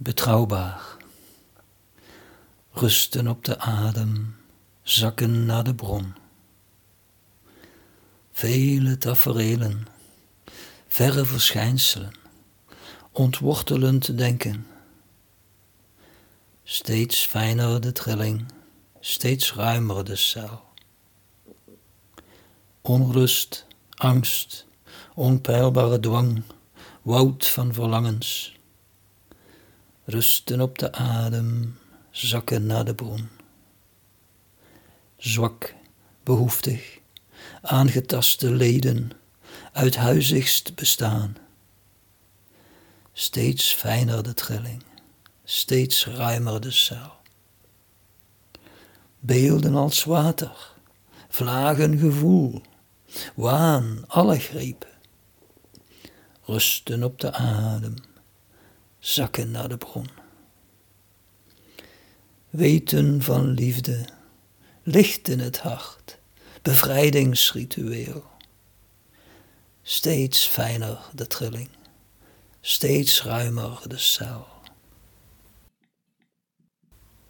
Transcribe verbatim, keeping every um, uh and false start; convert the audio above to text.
Betrouwbaar. Rusten op de adem, zakken naar de bron. Vele taferelen, verre verschijnselen, ontwortelend denken. Steeds fijner de trilling, steeds ruimer de cel. Onrust, angst, onpeilbare dwang, woud van verlangens. Rusten op de adem, zakken naar de bron. Zwak, behoeftig, aangetaste leden, uithuizigst bestaan. Steeds fijner de trilling, steeds ruimer de cel. Beelden als water, vlagen gevoel, waan, alle grepen. Rusten op de adem, zakken naar de bron. Weten van liefde, licht in het hart, bevrijdingsritueel. Steeds fijner de trilling, steeds ruimer de cel.